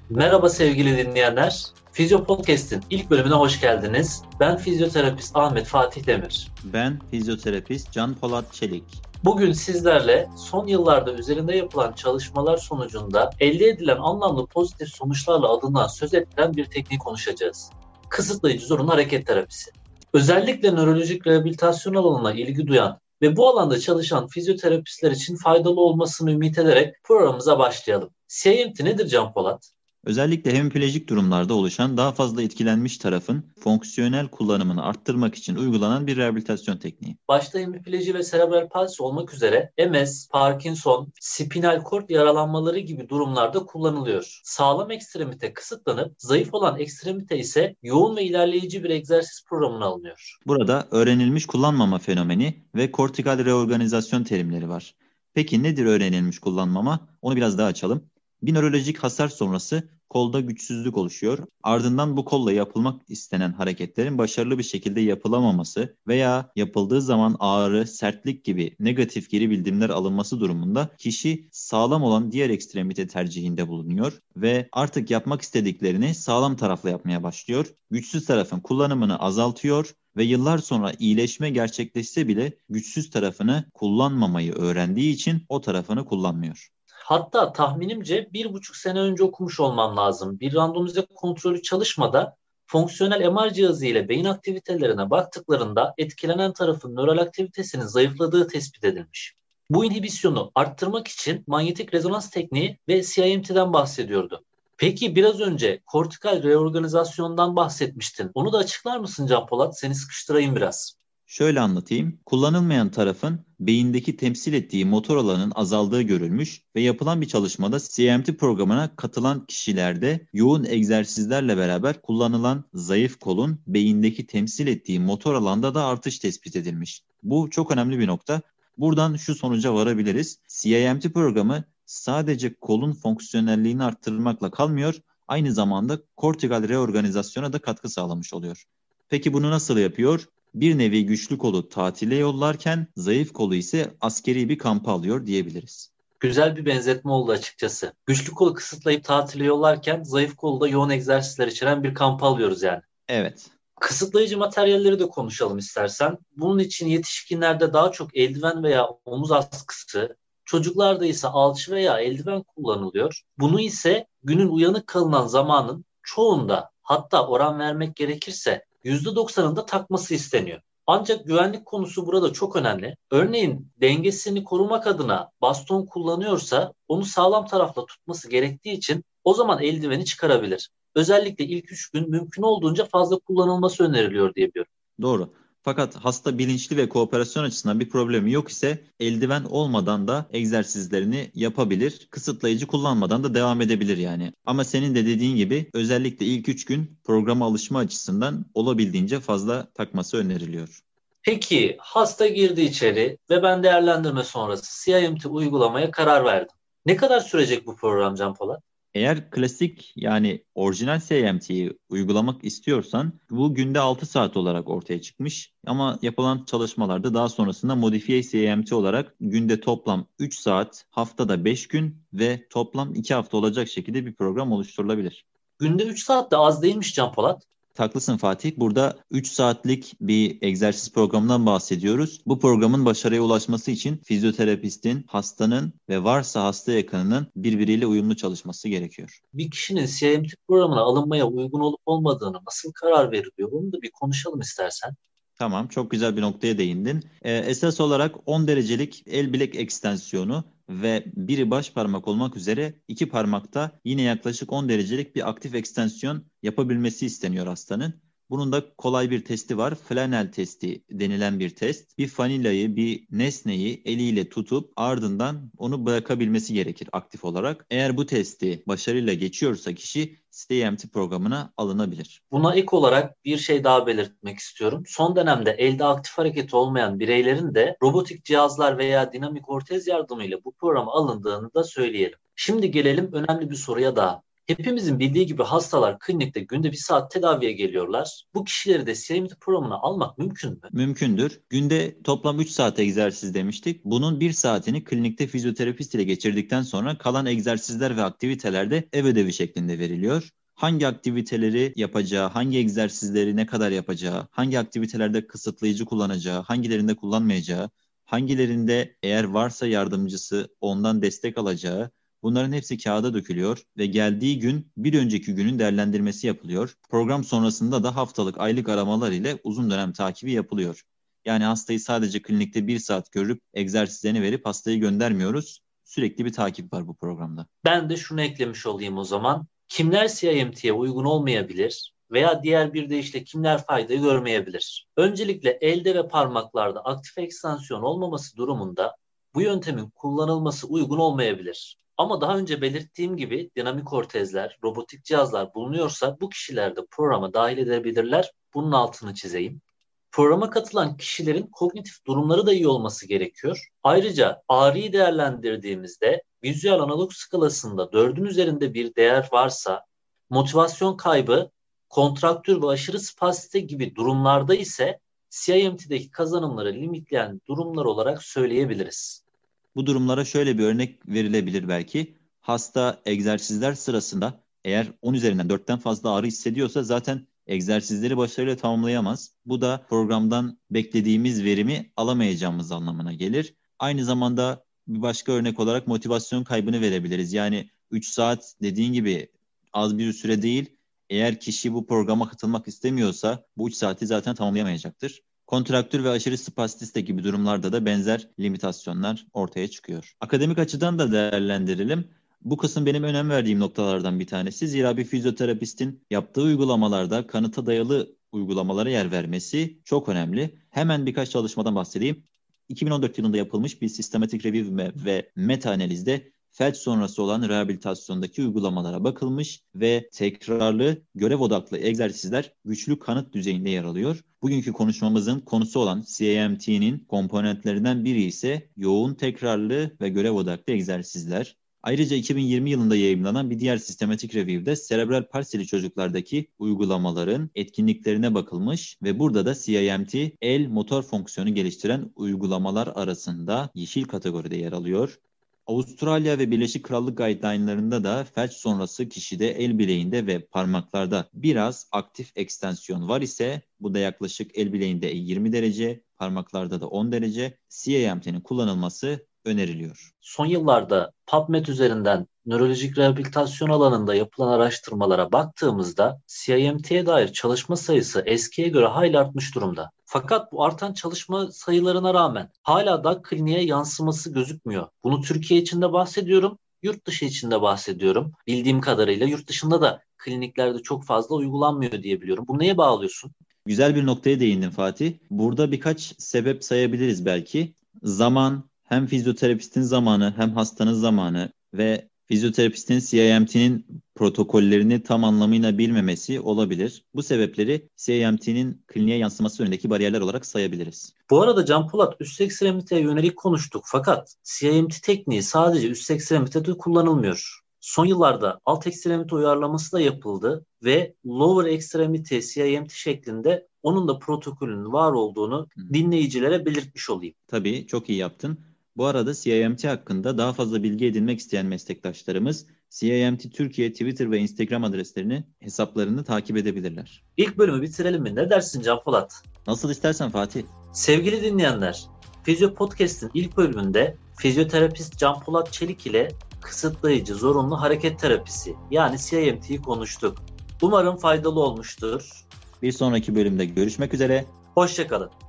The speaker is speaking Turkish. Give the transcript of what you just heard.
Merhaba sevgili dinleyenler. Fizyo Podcast'in ilk bölümüne hoş geldiniz. Ben fizyoterapist Ahmet Fatih Demir. Ben fizyoterapist Can Polat Çelik. Bugün sizlerle son yıllarda üzerinde yapılan çalışmalar sonucunda elde edilen anlamlı pozitif sonuçlarla adından söz edilen bir tekniği konuşacağız. Kısıtlayıcı zorunlu hareket terapisi. Özellikle nörolojik rehabilitasyon alanına ilgi duyan ve bu alanda çalışan fizyoterapistler için faydalı olmasını ümit ederek programımıza başlayalım. CIMT nedir Can Polat? Özellikle hemiplejik durumlarda oluşan daha fazla etkilenmiş tarafın fonksiyonel kullanımını arttırmak için uygulanan bir rehabilitasyon tekniği. Başta hemipleji ve serebral palsi olmak üzere MS, Parkinson, spinal kord yaralanmaları gibi durumlarda kullanılıyor. Sağlam ekstremite kısıtlanıp zayıf olan ekstremite ise yoğun ve ilerleyici bir egzersiz programına alınıyor. Burada öğrenilmiş kullanmama fenomeni ve kortikal reorganizasyon terimleri var. Peki nedir öğrenilmiş kullanmama? Onu biraz daha açalım. Bir nörolojik hasar sonrası kolda güçsüzlük oluşuyor. Ardından bu kolla yapılmak istenen hareketlerin başarılı bir şekilde yapılamaması veya yapıldığı zaman ağrı, sertlik gibi negatif geri bildirimler alınması durumunda kişi sağlam olan diğer ekstremite tercihinde bulunuyor ve artık yapmak istediklerini sağlam tarafla yapmaya başlıyor. Güçsüz tarafın kullanımını azaltıyor ve yıllar sonra iyileşme gerçekleşse bile güçsüz tarafını kullanmamayı öğrendiği için o tarafını kullanmıyor. Hatta tahminimce 1,5 sene önce okumuş olmam lazım. Bir randomize kontrolü çalışmada fonksiyonel MR cihazı ile beyin aktivitelerine baktıklarında etkilenen tarafın nöral aktivitesinin zayıfladığı tespit edilmiş. Bu inhibisyonu arttırmak için manyetik rezonans tekniği ve CIMT'den bahsediyordu. Peki biraz önce kortikal reorganizasyondan bahsetmiştin. Onu da açıklar mısın Can Polat? Seni sıkıştırayım biraz. Şöyle anlatayım. Kullanılmayan tarafın beyindeki temsil ettiği motor alanın azaldığı görülmüş ve yapılan bir çalışmada CMT programına katılan kişilerde yoğun egzersizlerle beraber kullanılan zayıf kolun beyindeki temsil ettiği motor alanda da artış tespit edilmiş. Bu çok önemli bir nokta. Buradan şu sonuca varabiliriz. CMT programı sadece kolun fonksiyonelliğini arttırmakla kalmıyor, aynı zamanda kortikal reorganizasyona da katkı sağlamış oluyor. Peki bunu nasıl yapıyor? Bir nevi güçlü kolu tatile yollarken zayıf kolu ise askeri bir kampa alıyor diyebiliriz. Güzel bir benzetme oldu açıkçası. Güçlü kolu kısıtlayıp tatile yollarken zayıf kolu da yoğun egzersizler içeren bir kampa alıyoruz yani. Evet, Kısıtlayıcı materyalleri de konuşalım istersen. Bunun için yetişkinlerde daha çok eldiven veya omuz askısı, çocuklarda ise alçı veya eldiven kullanılıyor. Bunu ise günün uyanık kalınan zamanın çoğunda, hatta oran vermek gerekirse %90'ında takması isteniyor. Ancak güvenlik konusu burada çok önemli. Örneğin dengesini korumak adına baston kullanıyorsa onu sağlam tarafla tutması gerektiği için o zaman eldiveni çıkarabilir. Özellikle ilk 3 gün mümkün olduğunca fazla kullanılması öneriliyor diye biliyorum. doğru. Fakat hasta bilinçli ve kooperasyon açısından bir problemi yok ise eldiven olmadan da egzersizlerini yapabilir. Kısıtlayıcı kullanmadan da devam edebilir yani. Ama senin de dediğin gibi özellikle ilk 3 gün programa alışma açısından olabildiğince fazla takması öneriliyor. Peki hasta girdi içeri ve ben değerlendirme sonrası CIMT uygulamaya karar verdim. Ne kadar sürecek bu program Can Polat? Eğer klasik yani orijinal CMT'yi uygulamak istiyorsan bu günde 6 saat olarak ortaya çıkmış. Ama yapılan çalışmalarda daha sonrasında modifiye CMT olarak günde toplam 3 saat, haftada 5 gün ve toplam 2 hafta olacak şekilde bir program oluşturulabilir. Günde 3 saat de az değilmiş Can Polat. Haklısın Fatih. Burada 3 saatlik bir egzersiz programından bahsediyoruz. Bu programın başarıya ulaşması için fizyoterapistin, hastanın ve varsa hasta yakınının birbiriyle uyumlu çalışması gerekiyor. Bir kişinin CIMT programına alınmaya uygun olup olmadığını nasıl karar veriliyor? Bunu da bir konuşalım istersen. Tamam, çok güzel bir noktaya değindin. Esas olarak 10 derecelik el bilek ekstensiyonu ve biri baş parmak olmak üzere iki parmakta yine yaklaşık 10 derecelik bir aktif ekstensiyon yapabilmesi isteniyor hastanın. Bunun da kolay bir testi var. Flanel testi denilen bir test. Bir fanilayı, bir nesneyi eliyle tutup ardından onu bırakabilmesi gerekir aktif olarak. Eğer bu testi başarıyla geçiyorsa kişi CMT programına alınabilir. Buna ek olarak bir şey daha belirtmek istiyorum. Son dönemde elde aktif hareketi olmayan bireylerin de robotik cihazlar veya dinamik ortez yardımıyla bu programa alındığını da söyleyelim. Şimdi gelelim önemli bir soruya daha. Hepimizin bildiği gibi hastalar klinikte günde 1 saat tedaviye geliyorlar. Bu kişileri de CMT programına almak mümkün mü? Mümkündür. Günde toplam 3 saat egzersiz demiştik. Bunun 1 saatini klinikte fizyoterapist ile geçirdikten sonra kalan egzersizler ve aktiviteler de ev ödevi şeklinde veriliyor. Hangi aktiviteleri yapacağı, hangi egzersizleri ne kadar yapacağı, hangi aktivitelerde kısıtlayıcı kullanacağı, hangilerinde kullanmayacağı, hangilerinde eğer varsa yardımcısı ondan destek alacağı, bunların hepsi kağıda dökülüyor ve geldiği gün bir önceki günün değerlendirmesi yapılıyor. Program sonrasında da haftalık, aylık aramalar ile uzun dönem takibi yapılıyor. Yani hastayı sadece klinikte 1 saat görüp egzersizlerini verip hastayı göndermiyoruz. Sürekli bir takip var bu programda. Ben de şunu eklemiş olayım o zaman. Kimler CIMT'ye uygun olmayabilir veya diğer bir deyişle kimler faydayı görmeyebilir? Öncelikle elde ve parmaklarda aktif ekstansiyon olmaması durumunda bu yöntemin kullanılması uygun olmayabilir. Ama daha önce belirttiğim gibi dinamik ortezler, robotik cihazlar bulunuyorsa bu kişiler de programa dahil edebilirler. Bunun altını çizeyim. Programa katılan kişilerin kognitif durumları da iyi olması gerekiyor. Ayrıca ağrıyı değerlendirdiğimizde vizüel analog skalasında 4'ün üzerinde bir değer varsa, motivasyon kaybı, kontraktür ve aşırı spasite gibi durumlarda ise CIMT'deki kazanımları limitleyen durumlar olarak söyleyebiliriz. Bu durumlara şöyle bir örnek verilebilir belki. Hasta egzersizler sırasında eğer 10 üzerinden 4'ten fazla ağrı hissediyorsa zaten egzersizleri başarıyla tamamlayamaz. Bu da programdan beklediğimiz verimi alamayacağımız anlamına gelir. Aynı zamanda bir başka örnek olarak motivasyon kaybını verebiliriz. Yani 3 saat dediğin gibi az bir süre değil. Eğer kişi bu programa katılmak istemiyorsa bu 3 saati zaten tamamlayamayacaktır. Kontraktür ve aşırı spastiste gibi durumlarda da benzer limitasyonlar ortaya çıkıyor. Akademik açıdan da değerlendirelim. Bu kısım benim önem verdiğim noktalardan bir tanesi. Zira bir fizyoterapistin yaptığı uygulamalarda kanıta dayalı uygulamalara yer vermesi çok önemli. Hemen birkaç çalışmadan bahsedeyim. 2014 yılında yapılmış bir sistematik review ve meta analizde felç sonrası olan rehabilitasyondaki uygulamalara bakılmış ve tekrarlı görev odaklı egzersizler güçlü kanıt düzeyinde yer alıyor. Bugünkü konuşmamızın konusu olan CIMT'nin komponentlerinden biri ise yoğun tekrarlı ve görev odaklı egzersizler. Ayrıca 2020 yılında yayımlanan bir diğer sistematik review'de serebral palsili çocuklardaki uygulamaların etkinliklerine bakılmış ve burada da CIMT el motor fonksiyonu geliştiren uygulamalar arasında yeşil kategoride yer alıyor. Avustralya ve Birleşik Krallık guideline'larında da felç sonrası kişide el bileğinde ve parmaklarda biraz aktif ekstensiyon var ise bu da yaklaşık el bileğinde 20 derece, parmaklarda da 10 derece CIMT'nin kullanılması öneriliyor. Son yıllarda PubMed üzerinden nörolojik rehabilitasyon alanında yapılan araştırmalara baktığımızda CIMT'ye dair çalışma sayısı eskiye göre hayli artmış durumda. Fakat bu artan çalışma sayılarına rağmen hala da kliniğe yansıması gözükmüyor. Bunu Türkiye içinde bahsediyorum, yurt dışı içinde bahsediyorum. Bildiğim kadarıyla yurt dışında da kliniklerde çok fazla uygulanmıyor diye biliyorum. Bu neye bağlıyorsun? Güzel bir noktaya değindin Fatih. Burada birkaç sebep sayabiliriz belki. Zaman, hem fizyoterapistin zamanı hem hastanın zamanı ve fizyoterapistin CIMT'nin protokollerini tam anlamıyla bilmemesi olabilir. Bu sebepleri CIMT'nin kliniğe yansıması önündeki bariyerler olarak sayabiliriz. Bu arada Can Polat üst ekstremiteye yönelik konuştuk fakat CIMT tekniği sadece üst ekstremitede kullanılmıyor. Son yıllarda alt ekstremite uyarlaması da yapıldı ve lower extremity CIMT şeklinde onun da protokolünün var olduğunu dinleyicilere belirtmiş olayım. Tabii çok iyi yaptın. Bu arada CIMT hakkında daha fazla bilgi edinmek isteyen meslektaşlarımız CIMT Türkiye Twitter ve Instagram hesaplarını takip edebilirler. İlk bölümü bitirelim mi? Ne dersin Can Polat? Nasıl istersen Fatih. Sevgili dinleyenler, Fizyo Podcast'in ilk bölümünde fizyoterapist Can Polat Çelik ile kısıtlayıcı zorunlu hareket terapisi yani CIMT'yi konuştuk. Umarım faydalı olmuştur. Bir sonraki bölümde görüşmek üzere. Hoşça kalın.